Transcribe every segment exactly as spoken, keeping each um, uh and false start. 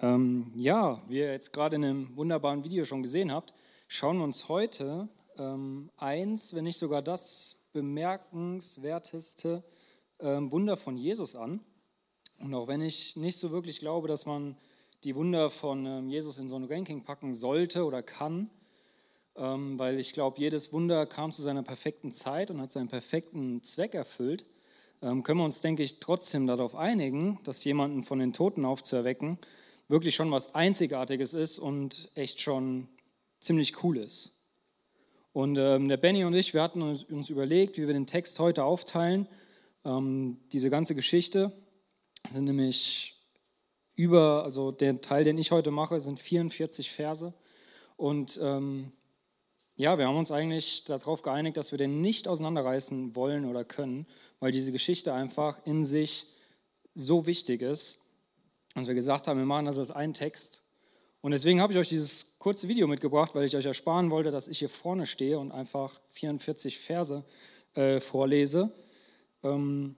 Ähm, ja, wie ihr jetzt gerade in einem wunderbaren Video schon gesehen habt, schauen wir uns heute ähm, eins, wenn nicht sogar das bemerkenswerteste ähm, Wunder von Jesus an. Und auch wenn ich nicht so wirklich glaube, dass man die Wunder von ähm, Jesus in so ein Ranking packen sollte oder kann, ähm, weil ich glaube, jedes Wunder kam zu seiner perfekten Zeit und hat seinen perfekten Zweck erfüllt, ähm, können wir uns, denke ich, trotzdem darauf einigen, dass jemanden von den Toten aufzuerwecken wirklich schon was Einzigartiges ist und echt schon ziemlich cool ist. Und ähm, der Benny und ich, wir hatten uns, uns überlegt, wie wir den Text heute aufteilen. Ähm, diese ganze Geschichte sind nämlich über, also der Teil, den ich heute mache, sind vierundvierzig Verse. Und ähm, ja, wir haben uns eigentlich darauf geeinigt, dass wir den nicht auseinanderreißen wollen oder können, weil diese Geschichte einfach in sich so wichtig ist, dass wir gesagt haben, wir machen das als einen Text. Und deswegen habe ich euch dieses kurze Video mitgebracht, weil ich euch ersparen wollte, dass ich hier vorne stehe und einfach vierundvierzig Verse äh, vorlese. Ähm,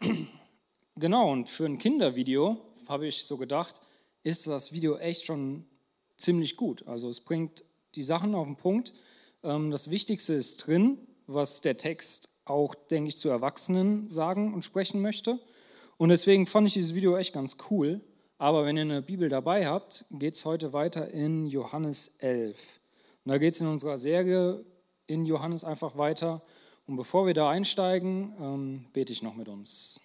genau, und für ein Kindervideo, habe ich so gedacht, ist das Video echt schon ziemlich gut. Also es bringt die Sachen auf den Punkt. Ähm, das Wichtigste ist drin, was der Text auch, denke ich, zu Erwachsenen sagen und sprechen möchte. Und deswegen fand ich dieses Video echt ganz cool. Aber wenn ihr eine Bibel dabei habt, geht es heute weiter in Johannes elf. Und da geht es in unserer Serie in Johannes einfach weiter. Und bevor wir da einsteigen, ähm, bete ich noch mit uns.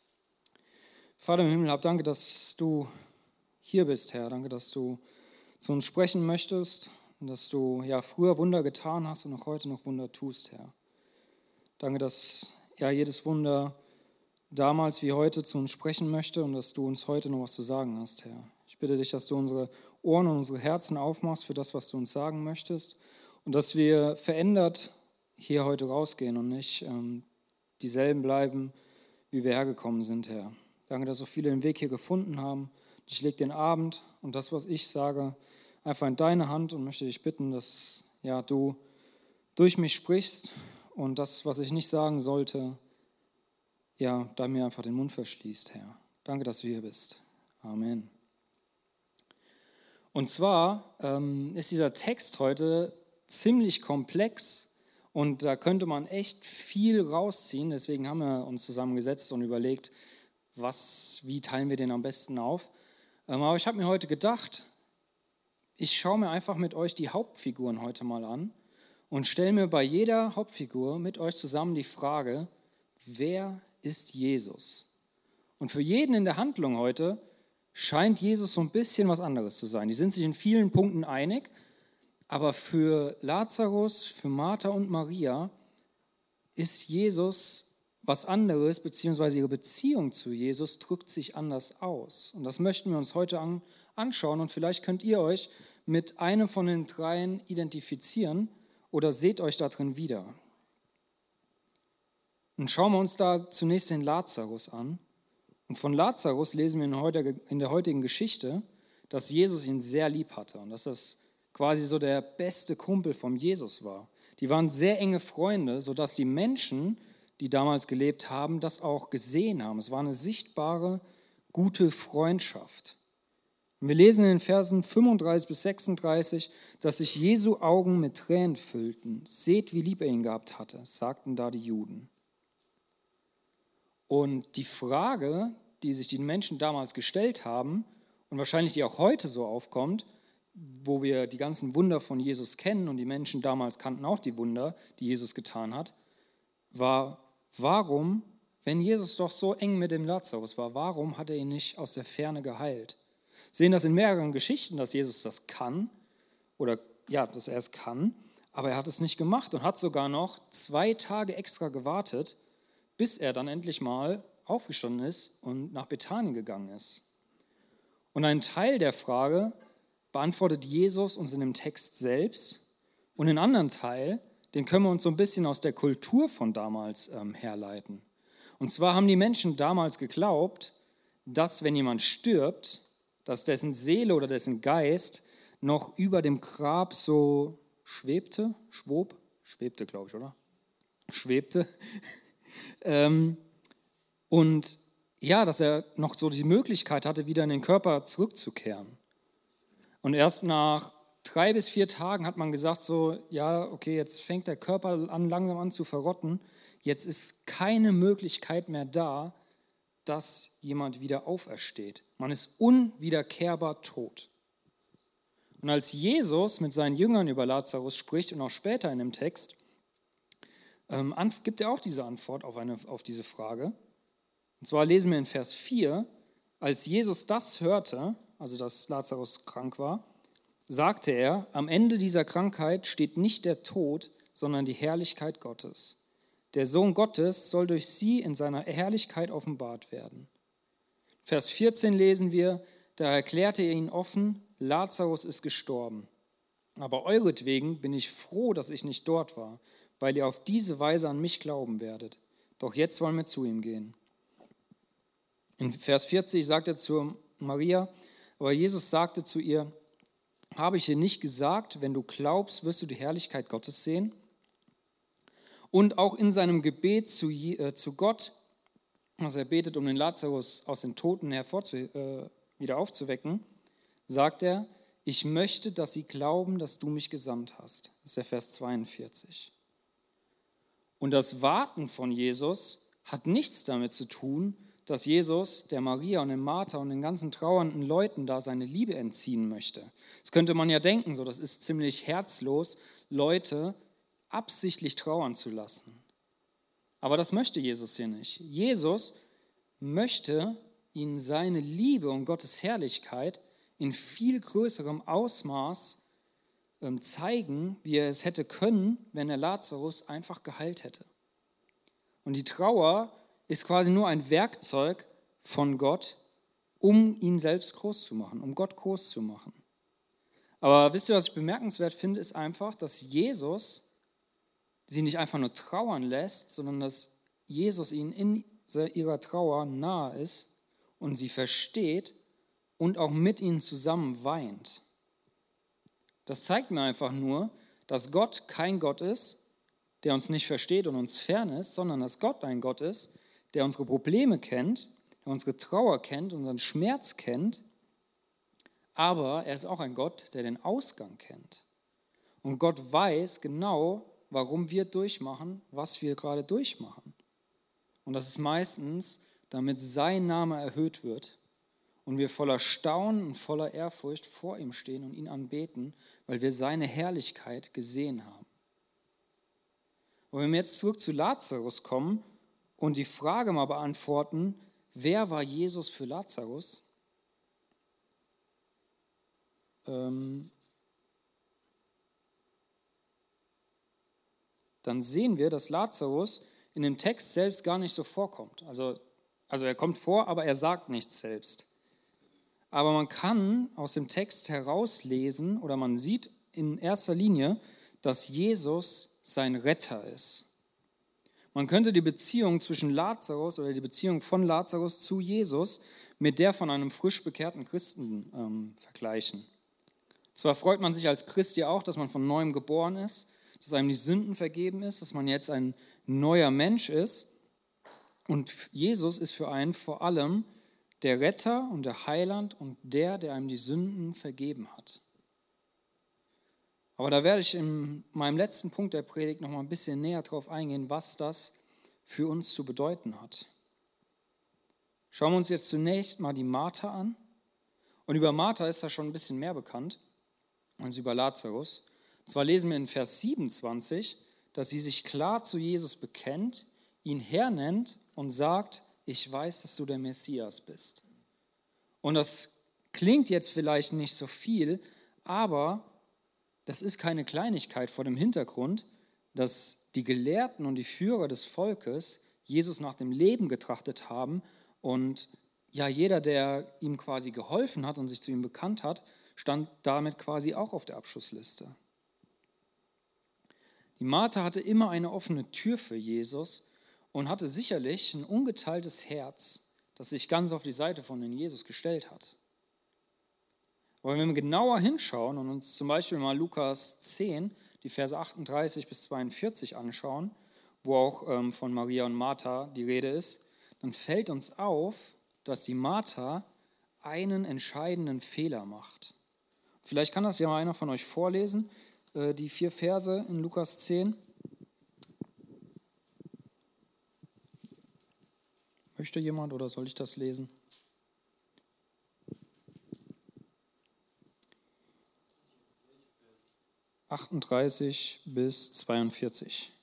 Vater im Himmel, hab danke, dass du hier bist, Herr. Danke, dass du zu uns sprechen möchtest und dass du ja früher Wunder getan hast und auch heute noch Wunder tust, Herr. Danke, dass ja jedes Wunder damals wie heute zu uns sprechen möchte und dass du uns heute noch was zu sagen hast, Herr. Ich bitte dich, dass du unsere Ohren und unsere Herzen aufmachst für das, was du uns sagen möchtest und dass wir verändert hier heute rausgehen und nicht ähm, dieselben bleiben, wie wir hergekommen sind, Herr. Danke, dass so viele den Weg hier gefunden haben. Ich lege den Abend und das, was ich sage, einfach in deine Hand und möchte dich bitten, dass ja, du durch mich sprichst und das, was ich nicht sagen sollte, ja, da mir einfach den Mund verschließt, Herr. Danke, dass du hier bist. Amen. Und zwar ähm, ist dieser Text heute ziemlich komplex und da könnte man echt viel rausziehen. Deswegen haben wir uns zusammengesetzt und überlegt, was, wie teilen wir den am besten auf. Ähm, aber ich habe mir heute gedacht, ich schaue mir einfach mit euch die Hauptfiguren heute mal an und stelle mir bei jeder Hauptfigur mit euch zusammen die Frage, wer ist Jesus? Und für jeden in der Handlung heute scheint Jesus so ein bisschen was anderes zu sein. Die sind sich in vielen Punkten einig, aber für Lazarus, für Martha und Maria ist Jesus was anderes, beziehungsweise ihre Beziehung zu Jesus drückt sich anders aus. Und das möchten wir uns heute an, anschauen und vielleicht könnt ihr euch mit einem von den dreien identifizieren oder seht euch da drin wieder. Und schauen wir uns da zunächst den Lazarus an. Und von Lazarus lesen wir in der heutigen Geschichte, dass Jesus ihn sehr lieb hatte und dass das quasi so der beste Kumpel von Jesus war. Die waren sehr enge Freunde, sodass die Menschen, die damals gelebt haben, das auch gesehen haben. Es war eine sichtbare, gute Freundschaft. Und wir lesen in den Versen fünfunddreißig bis sechsunddreißig, dass sich Jesu Augen mit Tränen füllten. Seht, wie lieb er ihn gehabt hatte, sagten da die Juden. Und die Frage, die sich die Menschen damals gestellt haben und wahrscheinlich die auch heute so aufkommt, wo wir die ganzen Wunder von Jesus kennen und die Menschen damals kannten auch die Wunder, die Jesus getan hat, war, warum, wenn Jesus doch so eng mit dem Lazarus war, warum hat er ihn nicht aus der Ferne geheilt? Wir sehen das in mehreren Geschichten, dass Jesus das kann oder ja, dass er es kann, aber er hat es nicht gemacht und hat sogar noch zwei Tage extra gewartet, bis er dann endlich mal aufgestanden ist und nach Bethanien gegangen ist. Und einen Teil der Frage beantwortet Jesus uns in dem Text selbst und einen anderen Teil, den können wir uns so ein bisschen aus der Kultur von damals ähm, herleiten. Und zwar haben die Menschen damals geglaubt, dass wenn jemand stirbt, dass dessen Seele oder dessen Geist noch über dem Grab so schwebte, schwob, schwebte glaube ich, oder? Schwebte. Ähm, und ja, dass er noch so die Möglichkeit hatte, wieder in den Körper zurückzukehren. Und erst nach drei bis vier Tagen hat man gesagt, so, ja, okay, jetzt fängt der Körper an, langsam an zu verrotten. Jetzt ist keine Möglichkeit mehr da, dass jemand wieder aufersteht. Man ist unwiederkehrbar tot. Und als Jesus mit seinen Jüngern über Lazarus spricht und auch später in dem Text, ähm, gibt er auch diese Antwort auf, eine, auf diese Frage. Und zwar lesen wir in Vers vier, als Jesus das hörte, also dass Lazarus krank war, sagte er, am Ende dieser Krankheit steht nicht der Tod, sondern die Herrlichkeit Gottes. Der Sohn Gottes soll durch sie in seiner Herrlichkeit offenbart werden. Vers vierzehn lesen wir, da erklärte er ihnen offen, Lazarus ist gestorben. Aber euretwegen bin ich froh, dass ich nicht dort war, weil ihr auf diese Weise an mich glauben werdet. Doch jetzt wollen wir zu ihm gehen. In Vers vierzig sagt er zu Maria, aber Jesus sagte zu ihr, habe ich dir nicht gesagt, wenn du glaubst, wirst du die Herrlichkeit Gottes sehen? Und auch in seinem Gebet zu, äh, zu Gott, was er betet, um den Lazarus aus den Toten hervorzu, äh, wieder aufzuwecken, sagt er, ich möchte, dass sie glauben, dass du mich gesandt hast. Das ist der Vers zweiundvierzig. Und das Warten von Jesus hat nichts damit zu tun, dass Jesus der Maria und dem Martha und den ganzen trauernden Leuten da seine Liebe entziehen möchte. Das könnte man ja denken, so das ist ziemlich herzlos, Leute absichtlich trauern zu lassen. Aber das möchte Jesus hier nicht. Jesus möchte ihnen seine Liebe und Gottes Herrlichkeit in viel größerem Ausmaß zeigen, wie er es hätte können, wenn er Lazarus einfach geheilt hätte. Und die Trauer ist quasi nur ein Werkzeug von Gott, um ihn selbst groß zu machen, um Gott groß zu machen. Aber wisst ihr, was ich bemerkenswert finde, ist einfach, dass Jesus sie nicht einfach nur trauern lässt, sondern dass Jesus ihnen in ihrer Trauer nahe ist und sie versteht und auch mit ihnen zusammen weint. Das zeigt mir einfach nur, dass Gott kein Gott ist, der uns nicht versteht und uns fern ist, sondern dass Gott ein Gott ist, der unsere Probleme kennt, der unsere Trauer kennt, unseren Schmerz kennt, aber er ist auch ein Gott, der den Ausgang kennt. Und Gott weiß genau, warum wir durchmachen, was wir gerade durchmachen. Und das ist meistens, damit sein Name erhöht wird und wir voller Staunen und voller Ehrfurcht vor ihm stehen und ihn anbeten, weil wir seine Herrlichkeit gesehen haben. Und wenn wir jetzt zurück zu Lazarus kommen und die Frage mal beantworten, wer war Jesus für Lazarus? Ähm, dann sehen wir, dass Lazarus in dem Text selbst gar nicht so vorkommt. Also, also er kommt vor, aber er sagt nichts selbst. Aber man kann aus dem Text herauslesen oder man sieht in erster Linie, dass Jesus sein Retter ist. Man könnte die Beziehung zwischen Lazarus oder die Beziehung von Lazarus zu Jesus mit der von einem frisch bekehrten Christen ähm, vergleichen. Zwar freut man sich als Christ ja auch, dass man von Neuem geboren ist, dass einem die Sünden vergeben ist, dass man jetzt ein neuer Mensch ist. Und Jesus ist für einen vor allem der Retter und der Heiland und der, der einem die Sünden vergeben hat. Aber da werde ich in meinem letzten Punkt der Predigt noch mal ein bisschen näher drauf eingehen, was das für uns zu bedeuten hat. Schauen wir uns jetzt zunächst mal die Martha an. Und über Martha ist da schon ein bisschen mehr bekannt als über Lazarus. Und zwar lesen wir in Vers siebenundzwanzig, dass sie sich klar zu Jesus bekennt, ihn hernennt und sagt, ich weiß, dass du der Messias bist. Und das klingt jetzt vielleicht nicht so viel, aber das ist keine Kleinigkeit vor dem Hintergrund, dass die Gelehrten und die Führer des Volkes Jesus nach dem Leben getrachtet haben und ja, jeder, der ihm quasi geholfen hat und sich zu ihm bekannt hat, stand damit quasi auch auf der Abschussliste. Die Martha hatte immer eine offene Tür für Jesus und hatte sicherlich ein ungeteiltes Herz, das sich ganz auf die Seite von den Jesus gestellt hat. Aber wenn wir genauer hinschauen und uns zum Beispiel mal Lukas zehn, die Verse achtunddreißig bis zweiundvierzig anschauen, wo auch ähm, von Maria und Martha die Rede ist, dann fällt uns auf, dass die Martha einen entscheidenden Fehler macht. Vielleicht kann das ja mal einer von euch vorlesen, äh, die vier Verse in Lukas zehn. Möchte jemand oder soll ich das lesen? achtunddreißig bis zweiundvierzig.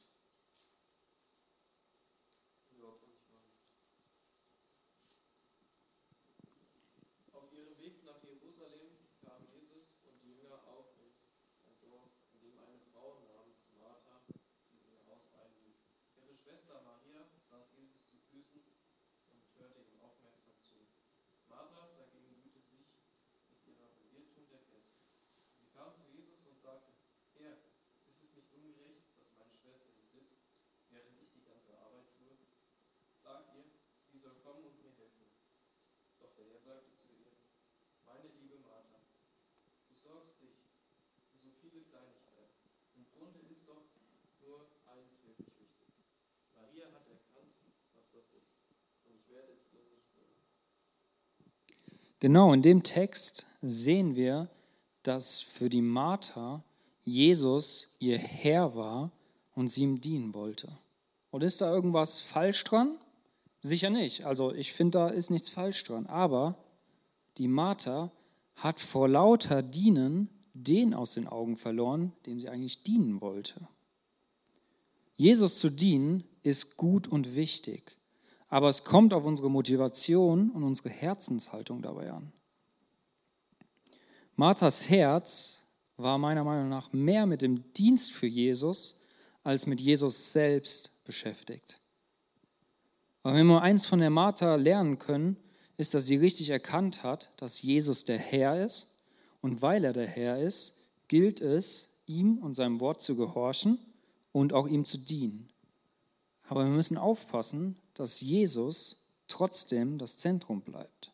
Auf ihrem Weg nach Jerusalem kamen Jesus und die Jünger auch in ein Dorf, in dem eine Frau namens Martha sie ihr Haus einlud. Ihre Schwester Maria saß Jesus zu Füßen und hörte ihm aufmerksam zu. Martha dagegen mühte sich mit ihrer Bewirtung der Gäste. Sie kam zu Jesus und sagte: Herr, ist es nicht ungerecht, dass meine Schwester hier sitzt, während ich die ganze Arbeit tue? Sag ihr, sie soll kommen und mir helfen. Doch der Herr sagte zu ihr: Meine liebe Martha, du sorgst dich um so viele Kleinigkeiten. Im Grunde ist doch nur eins wirklich wichtig. Maria hat erkannt, was das ist, und ich werde es ihr nicht nehmen. Genau, in dem Text sehen wir, dass für die Martha Jesus ihr Herr war und sie ihm dienen wollte. Und ist da irgendwas falsch dran? Sicher nicht. Also ich finde, da ist nichts falsch dran. Aber die Martha hat vor lauter Dienen den aus den Augen verloren, dem sie eigentlich dienen wollte. Jesus zu dienen ist gut und wichtig, aber es kommt auf unsere Motivation und unsere Herzenshaltung dabei an. Marthas Herz war meiner Meinung nach mehr mit dem Dienst für Jesus als mit Jesus selbst beschäftigt. Aber wenn wir eins von der Martha lernen können, ist, dass sie richtig erkannt hat, dass Jesus der Herr ist. Und weil er der Herr ist, gilt es, ihm und seinem Wort zu gehorchen und auch ihm zu dienen. Aber wir müssen aufpassen, dass Jesus trotzdem das Zentrum bleibt.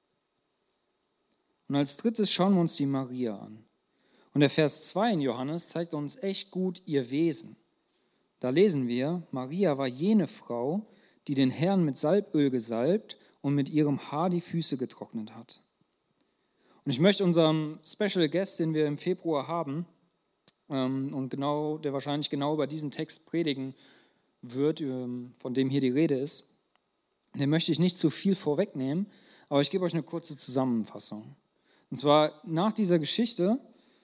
Und als drittes schauen wir uns die Maria an. Und der Vers zwei in Johannes zeigt uns echt gut ihr Wesen. Da lesen wir, Maria war jene Frau, die den Herrn mit Salböl gesalbt und mit ihrem Haar die Füße getrocknet hat. Und ich möchte unserem Special Guest, den wir im Februar haben, ähm, und genau, der wahrscheinlich genau über diesen Text predigen wird, ähm, von dem hier die Rede ist, den möchte ich nicht zu viel vorwegnehmen, aber ich gebe euch eine kurze Zusammenfassung. Und zwar nach dieser Geschichte,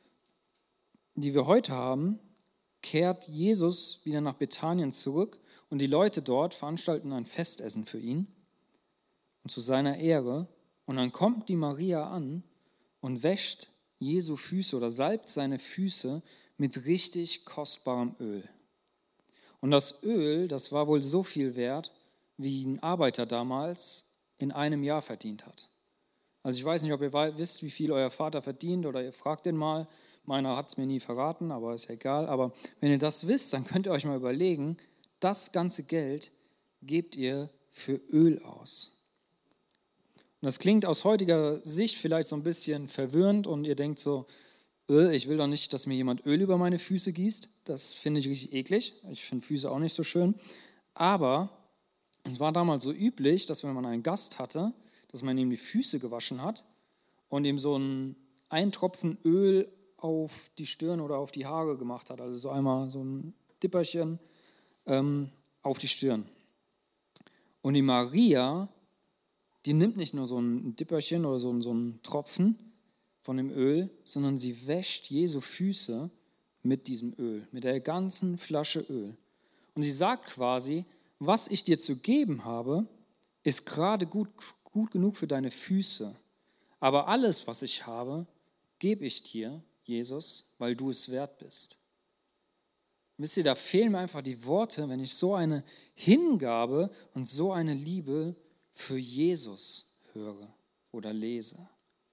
die wir heute haben, kehrt Jesus wieder nach Bethanien zurück und die Leute dort veranstalten ein Festessen für ihn und zu seiner Ehre. Und dann kommt die Maria an und wäscht Jesu Füße oder salbt seine Füße mit richtig kostbarem Öl. Und das Öl, das war wohl so viel wert, wie ein Arbeiter damals in einem Jahr verdient hat. Also ich weiß nicht, ob ihr wisst, wie viel euer Vater verdient oder ihr fragt ihn mal. Meiner hat es mir nie verraten, aber ist ja egal. Aber wenn ihr das wisst, dann könnt ihr euch mal überlegen, das ganze Geld gebt ihr für Öl aus. Und das klingt aus heutiger Sicht vielleicht so ein bisschen verwirrend und ihr denkt so, ich will doch nicht, dass mir jemand Öl über meine Füße gießt. Das finde ich richtig eklig. Ich finde Füße auch nicht so schön. Aber es war damals so üblich, dass wenn man einen Gast hatte, dass man ihm die Füße gewaschen hat und ihm so einen, einen Tropfen Öl auf die Stirn oder auf die Haare gemacht hat. Also so einmal so ein Dipperchen ähm, auf die Stirn. Und die Maria, die nimmt nicht nur so ein Dipperchen oder so, so einen Tropfen von dem Öl, sondern sie wäscht Jesu Füße mit diesem Öl, mit der ganzen Flasche Öl. Und sie sagt quasi, was ich dir zu geben habe, ist gerade gut, gut genug für deine Füße. Aber alles, was ich habe, gebe ich dir, Jesus, weil du es wert bist. Wisst ihr, da fehlen mir einfach die Worte, wenn ich so eine Hingabe und so eine Liebe für Jesus höre oder lese.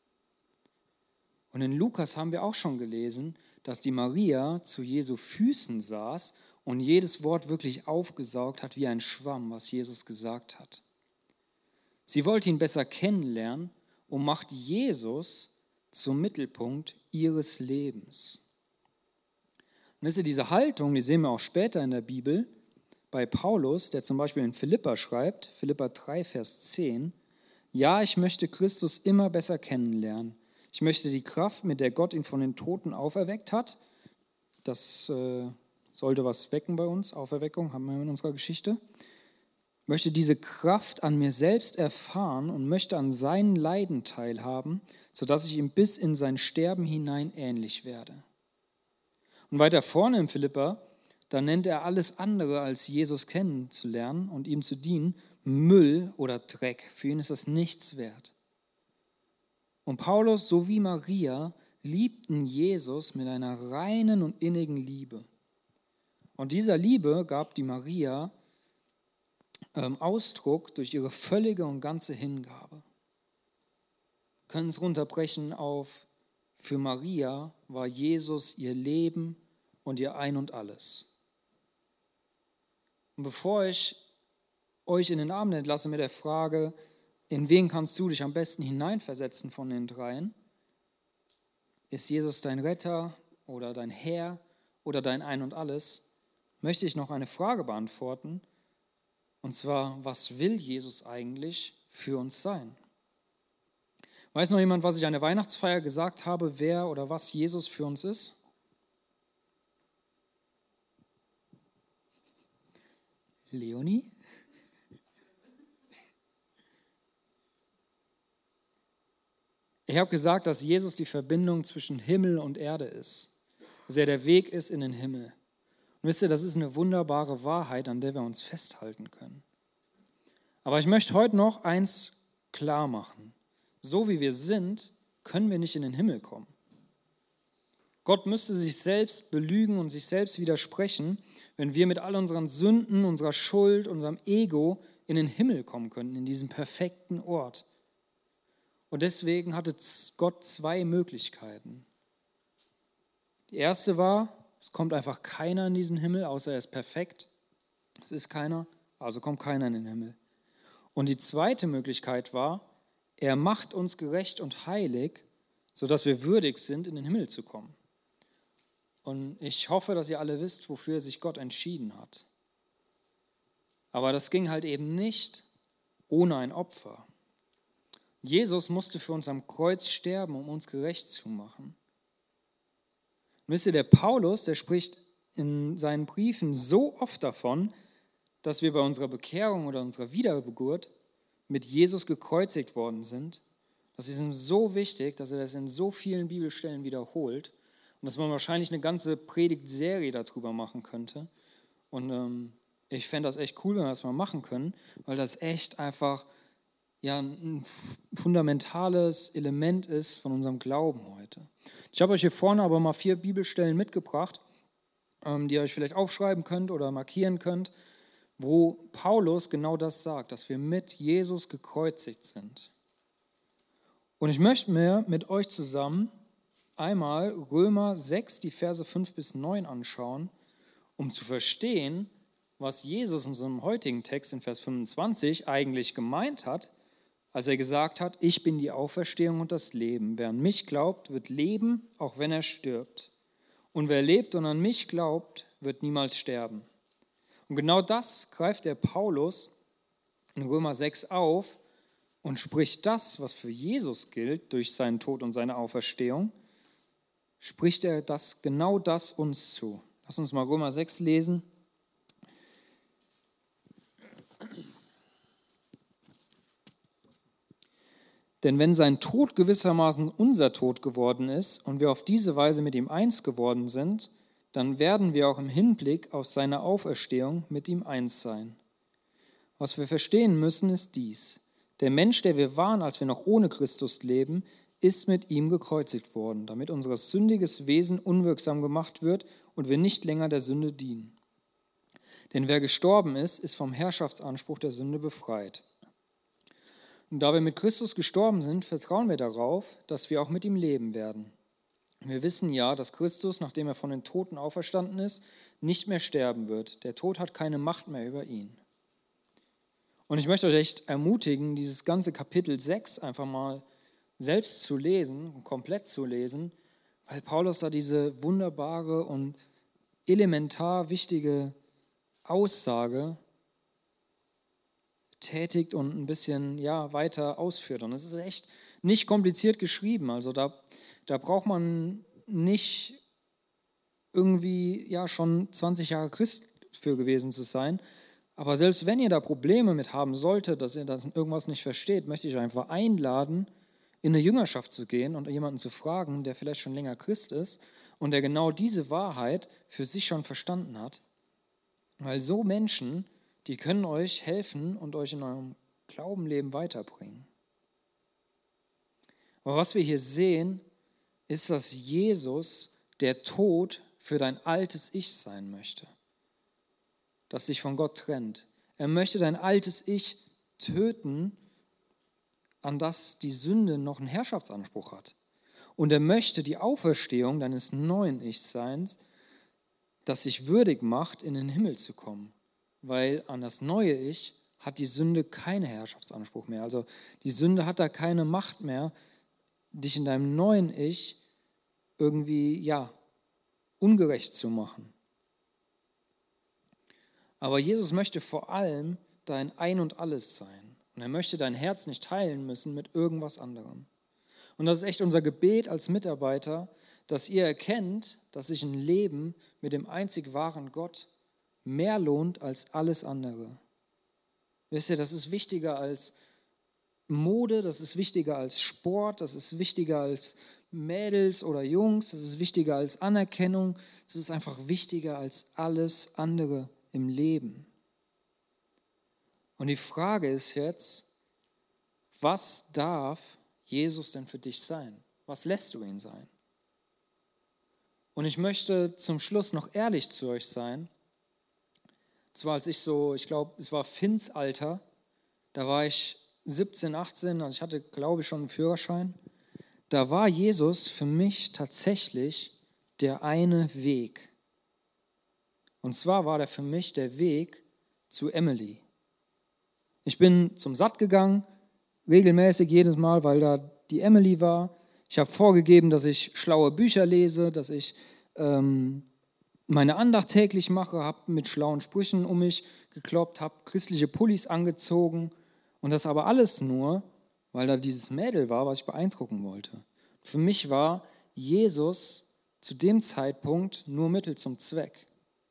Und in Lukas haben wir auch schon gelesen, dass die Maria zu Jesu Füßen saß und jedes Wort wirklich aufgesaugt hat wie ein Schwamm, was Jesus gesagt hat. Sie wollte ihn besser kennenlernen und macht Jesus zum Mittelpunkt ihres Lebens. Und wisst ihr, diese Haltung, die sehen wir auch später in der Bibel, bei Paulus, der zum Beispiel in Philipper schreibt, Philipper drei, Vers zehn, ja, ich möchte Christus immer besser kennenlernen. Ich möchte die Kraft, mit der Gott ihn von den Toten auferweckt hat, das äh, sollte was wecken bei uns, Auferweckung haben wir in unserer Geschichte, ich möchte diese Kraft an mir selbst erfahren und möchte an seinen Leiden teilhaben, sodass ich ihm bis in sein Sterben hinein ähnlich werde. Und weiter vorne im Philipper, da nennt er alles andere als Jesus kennenzulernen und ihm zu dienen, Müll oder Dreck. Für ihn ist das nichts wert. Und Paulus sowie Maria liebten Jesus mit einer reinen und innigen Liebe. Und dieser Liebe gab die Maria ähm, Ausdruck durch ihre völlige und ganze Hingabe. Wir können es runterbrechen auf, für Maria war Jesus ihr Leben und ihr Ein und Alles. Und bevor ich euch in den Abend entlasse mit der Frage, in wen kannst du dich am besten hineinversetzen von den dreien? Ist Jesus dein Retter oder dein Herr oder dein Ein und Alles? Möchte ich noch eine Frage beantworten. Und zwar, was will Jesus eigentlich für uns sein? Weiß noch jemand, was ich an der Weihnachtsfeier gesagt habe, wer oder was Jesus für uns ist? Leonie? Ich habe gesagt, dass Jesus die Verbindung zwischen Himmel und Erde ist, dass er der Weg ist in den Himmel. Und wisst ihr, das ist eine wunderbare Wahrheit, an der wir uns festhalten können. Aber ich möchte heute noch eins klar machen. So wie wir sind, können wir nicht in den Himmel kommen. Gott müsste sich selbst belügen und sich selbst widersprechen, wenn wir mit all unseren Sünden, unserer Schuld, unserem Ego in den Himmel kommen könnten, in diesen perfekten Ort. Und deswegen hatte Gott zwei Möglichkeiten. Die erste war, es kommt einfach keiner in diesen Himmel, außer er ist perfekt. Es ist keiner, also kommt keiner in den Himmel. Und die zweite Möglichkeit war, er macht uns gerecht und heilig, sodass wir würdig sind, in den Himmel zu kommen. Und ich hoffe, dass ihr alle wisst, wofür sich Gott entschieden hat. Aber das ging halt eben nicht ohne ein Opfer. Jesus musste für uns am Kreuz sterben, um uns gerecht zu machen. Und wisst ihr, der Paulus, der spricht in seinen Briefen so oft davon, dass wir bei unserer Bekehrung oder unserer Wiedergeburt mit Jesus gekreuzigt worden sind. Das ist ihm so wichtig, dass er das in so vielen Bibelstellen wiederholt und dass man wahrscheinlich eine ganze Predigtserie darüber machen könnte. Und ähm, ich fände das echt cool, wenn wir das mal machen können, weil das echt einfach ja, ein fundamentales Element ist von unserem Glauben heute. Ich habe euch hier vorne aber mal vier Bibelstellen mitgebracht, ähm, die ihr euch vielleicht aufschreiben könnt oder markieren könnt, wo Paulus genau das sagt, dass wir mit Jesus gekreuzigt sind. Und ich möchte mir mit euch zusammen einmal Römer sechs, die Verse fünf bis neun anschauen, um zu verstehen, was Jesus in unserem heutigen Text in Vers fünfundzwanzig eigentlich gemeint hat, als er gesagt hat, ich bin die Auferstehung und das Leben. Wer an mich glaubt, wird leben, auch wenn er stirbt. Und wer lebt und an mich glaubt, wird niemals sterben. Und genau das greift der Paulus in Römer sechs auf und spricht das, was für Jesus gilt, durch seinen Tod und seine Auferstehung, spricht er das, genau das uns zu. Lass uns mal Römer sechs lesen. Denn wenn sein Tod gewissermaßen unser Tod geworden ist und wir auf diese Weise mit ihm eins geworden sind, dann werden wir auch im Hinblick auf seine Auferstehung mit ihm eins sein. Was wir verstehen müssen, ist dies. Der Mensch, der wir waren, als wir noch ohne Christus leben, ist mit ihm gekreuzigt worden, damit unser sündiges Wesen unwirksam gemacht wird und wir nicht länger der Sünde dienen. Denn wer gestorben ist, ist vom Herrschaftsanspruch der Sünde befreit. Und da wir mit Christus gestorben sind, vertrauen wir darauf, dass wir auch mit ihm leben werden. Wir wissen ja, dass Christus, nachdem er von den Toten auferstanden ist, nicht mehr sterben wird. Der Tod hat keine Macht mehr über ihn. Und ich möchte euch echt ermutigen, dieses ganze Kapitel sechs einfach mal selbst zu lesen, komplett zu lesen, weil Paulus da diese wunderbare und elementar wichtige Aussage tätigt und ein bisschen ja, weiter ausführt. Und es ist echt nicht kompliziert geschrieben. Also da, da braucht man nicht irgendwie ja schon zwanzig Jahre Christ für gewesen zu sein. Aber selbst wenn ihr da Probleme mit haben solltet, dass ihr das irgendwas nicht versteht, möchte ich euch einfach einladen, in eine Jüngerschaft zu gehen und jemanden zu fragen, der vielleicht schon länger Christ ist und der genau diese Wahrheit für sich schon verstanden hat. Weil so Menschen, die können euch helfen und euch in eurem Glaubenleben weiterbringen. Aber was wir hier sehen, ist, dass Jesus der Tod für dein altes Ich sein möchte, das dich von Gott trennt. Er möchte dein altes Ich töten, an das die Sünde noch einen Herrschaftsanspruch hat. Und er möchte die Auferstehung deines neuen Ich-Seins, das sich würdig macht, in den Himmel zu kommen. Weil an das neue Ich hat die Sünde keinen Herrschaftsanspruch mehr. Also die Sünde hat da keine Macht mehr, dich in deinem neuen Ich irgendwie, ja, ungerecht zu machen. Aber Jesus möchte vor allem dein Ein und Alles sein. Und er möchte dein Herz nicht teilen müssen mit irgendwas anderem. Und das ist echt unser Gebet als Mitarbeiter, dass ihr erkennt, dass sich ein Leben mit dem einzig wahren Gott mehr lohnt als alles andere. Wisst ihr, das ist wichtiger als Mode, das ist wichtiger als Sport, das ist wichtiger als Mädels oder Jungs, das ist wichtiger als Anerkennung, das ist einfach wichtiger als alles andere im Leben. Und die Frage ist jetzt, was darf Jesus denn für dich sein? Was lässt du ihn sein? Und ich möchte zum Schluss noch ehrlich zu euch sein. Zwar als ich so, ich glaube, es war Finns Alter, da war ich siebzehn, achtzehn, also ich hatte, glaube ich, schon einen Führerschein. Da war Jesus für mich tatsächlich der eine Weg. Und zwar war der für mich der Weg zu Emily. Ich bin zum Satt gegangen, regelmäßig jedes Mal, weil da die Emily war. Ich habe vorgegeben, dass ich schlaue Bücher lese, dass ich ähm, meine Andacht täglich mache, habe mit schlauen Sprüchen um mich gekloppt, habe christliche Pullis angezogen. Und das aber alles nur, weil da dieses Mädel war, was ich beeindrucken wollte. Für mich war Jesus zu dem Zeitpunkt nur Mittel zum Zweck.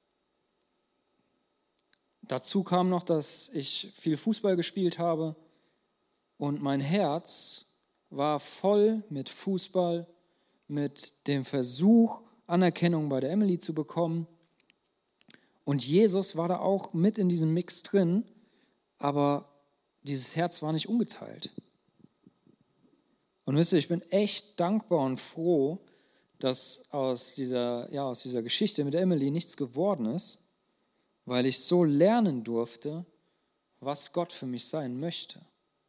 Dazu kam noch, dass ich viel Fußball gespielt habe und mein Herz war voll mit Fußball, mit dem Versuch, Anerkennung bei der Emily zu bekommen. Und Jesus war da auch mit in diesem Mix drin, aber dieses Herz war nicht ungeteilt. Und wisst ihr, ich bin echt dankbar und froh, dass aus dieser, ja, aus dieser Geschichte mit Emily nichts geworden ist, weil ich so lernen durfte, was Gott für mich sein möchte.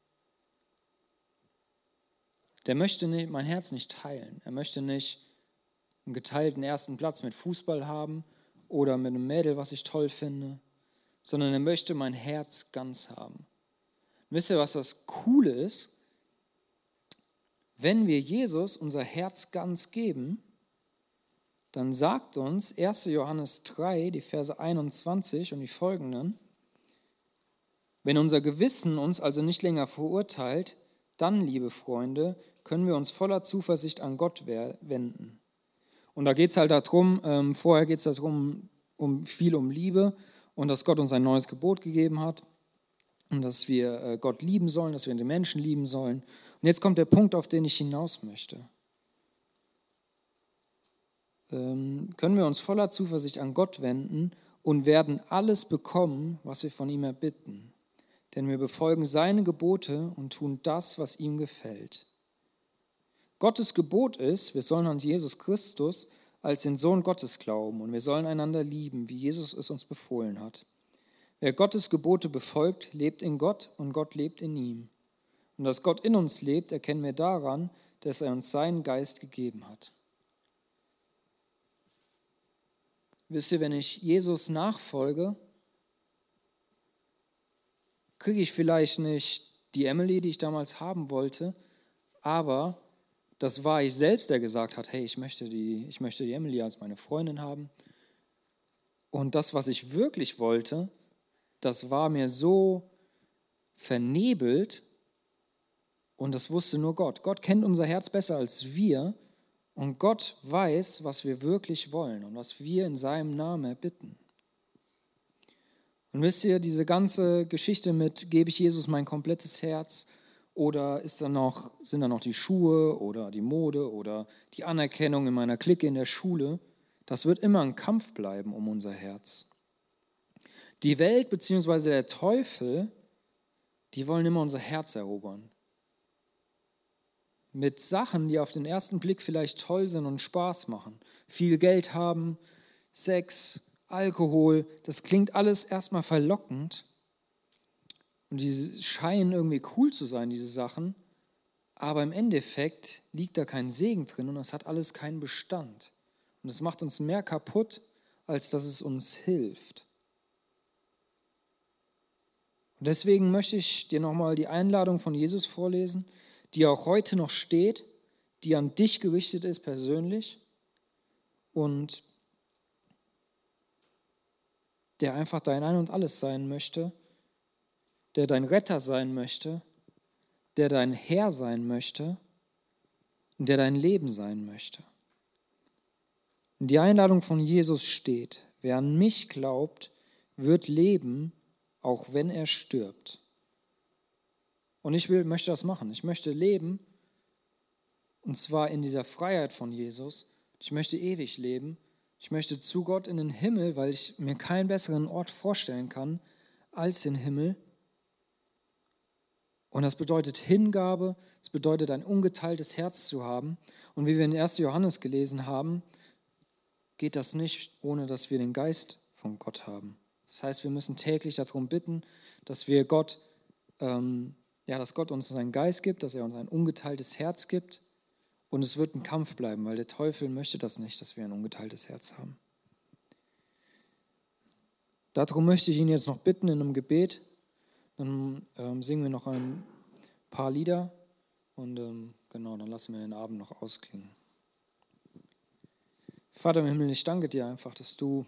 Der möchte nicht, mein Herz nicht teilen. Er möchte nicht einen geteilten ersten Platz mit Fußball haben oder mit einem Mädel, was ich toll finde, sondern er möchte mein Herz ganz haben. Und wisst ihr, was das Coole ist? Wenn wir Jesus unser Herz ganz geben, dann sagt uns erster Johannes drei, die Verse einundzwanzig und die folgenden: Wenn unser Gewissen uns also nicht länger verurteilt, dann, liebe Freunde, können wir uns voller Zuversicht an Gott wenden. Und da geht es halt darum, ähm, vorher geht es darum, um, viel um Liebe und dass Gott uns ein neues Gebot gegeben hat und dass wir äh, Gott lieben sollen, dass wir den Menschen lieben sollen. Und jetzt kommt der Punkt, auf den ich hinaus möchte. Können wir uns voller Zuversicht an Gott wenden und werden alles bekommen, was wir von ihm erbitten. Denn wir befolgen seine Gebote und tun das, was ihm gefällt. Gottes Gebot ist, wir sollen an Jesus Christus als den Sohn Gottes glauben und wir sollen einander lieben, wie Jesus es uns befohlen hat. Wer Gottes Gebote befolgt, lebt in Gott und Gott lebt in ihm. Und dass Gott in uns lebt, erkennen wir daran, dass er uns seinen Geist gegeben hat. Wisst ihr, wenn ich Jesus nachfolge, kriege ich vielleicht nicht die Emily, die ich damals haben wollte, aber das war ich selbst, der gesagt hat, hey, ich möchte die, ich möchte die Emily als meine Freundin haben. Und das, was ich wirklich wollte, das war mir so vernebelt Und das wusste nur Gott. Gott kennt unser Herz besser als wir. Und Gott weiß, was wir wirklich wollen und was wir in seinem Namen erbitten. Und wisst ihr, diese ganze Geschichte mit, gebe ich Jesus mein komplettes Herz oder ist da noch, sind da noch die Schuhe oder die Mode oder die Anerkennung in meiner Clique in der Schule, das wird immer ein Kampf bleiben um unser Herz. Die Welt bzw. der Teufel, die wollen immer unser Herz erobern. Mit Sachen, die auf den ersten Blick vielleicht toll sind und Spaß machen. Viel Geld haben, Sex, Alkohol, das klingt alles erstmal verlockend und die scheinen irgendwie cool zu sein, diese Sachen, aber im Endeffekt liegt da kein Segen drin und das hat alles keinen Bestand. Und es macht uns mehr kaputt, als dass es uns hilft. Und deswegen möchte ich dir nochmal die Einladung von Jesus vorlesen, die auch heute noch steht, die an dich gerichtet ist persönlich und der einfach dein Ein und Alles sein möchte, der dein Retter sein möchte, der dein Herr sein möchte und der dein Leben sein möchte. Und die Einladung von Jesus steht, wer an mich glaubt, wird leben, auch wenn er stirbt. Und ich will, möchte das machen. Ich möchte leben, und zwar in dieser Freiheit von Jesus. Ich möchte ewig leben. Ich möchte zu Gott in den Himmel, weil ich mir keinen besseren Ort vorstellen kann als den Himmel. Und das bedeutet Hingabe, es bedeutet ein ungeteiltes Herz zu haben. Und wie wir in ersten Johannes gelesen haben, geht das nicht, ohne dass wir den Geist von Gott haben. Das heißt, wir müssen täglich darum bitten, dass wir Gott, ähm, ja, dass Gott uns seinen Geist gibt, dass er uns ein ungeteiltes Herz gibt. Und es wird ein Kampf bleiben, weil der Teufel möchte das nicht, dass wir ein ungeteiltes Herz haben. Darum möchte ich ihn jetzt noch bitten in einem Gebet. Dann ähm, singen wir noch ein paar Lieder und ähm, genau, dann lassen wir den Abend noch ausklingen. Vater im Himmel, ich danke dir einfach, dass du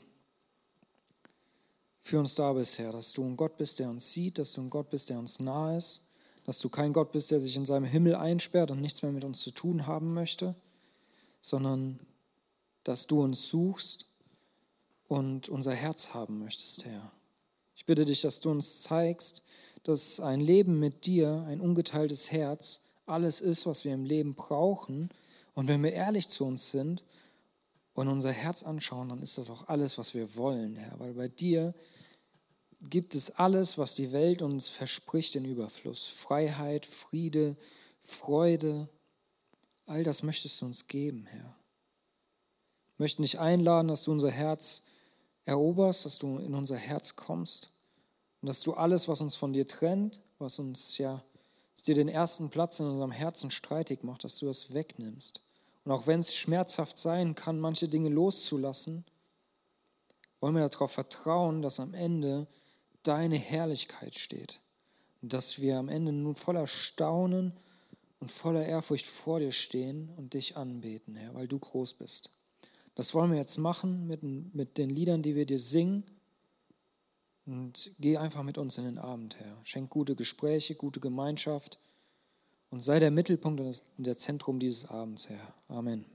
für uns da bist, Herr, dass du ein Gott bist, der uns sieht, dass du ein Gott bist, der uns nahe ist, dass du kein Gott bist, der sich in seinem Himmel einsperrt und nichts mehr mit uns zu tun haben möchte, sondern dass du uns suchst und unser Herz haben möchtest, Herr. Ich bitte dich, dass du uns zeigst, dass ein Leben mit dir, ein ungeteiltes Herz, alles ist, was wir im Leben brauchen. Und wenn wir ehrlich zu uns sind und unser Herz anschauen, dann ist das auch alles, was wir wollen, Herr. Weil bei dir gibt es alles, was die Welt uns verspricht in Überfluss. Freiheit, Friede, Freude, all das möchtest du uns geben, Herr. Wir möchten dich einladen, dass du unser Herz eroberst, dass du in unser Herz kommst und dass du alles, was uns von dir trennt, was uns ja, was dir den ersten Platz in unserem Herzen streitig macht, dass du das wegnimmst. Und auch wenn es schmerzhaft sein kann, manche Dinge loszulassen, wollen wir darauf vertrauen, dass am Ende deine Herrlichkeit steht. Und dass wir am Ende nun voller Staunen und voller Ehrfurcht vor dir stehen und dich anbeten, Herr, weil du groß bist. Das wollen wir jetzt machen mit, mit den Liedern, die wir dir singen. Und geh einfach mit uns in den Abend, Herr. Schenk gute Gespräche, gute Gemeinschaft und sei der Mittelpunkt und das Zentrum dieses Abends, Herr. Amen.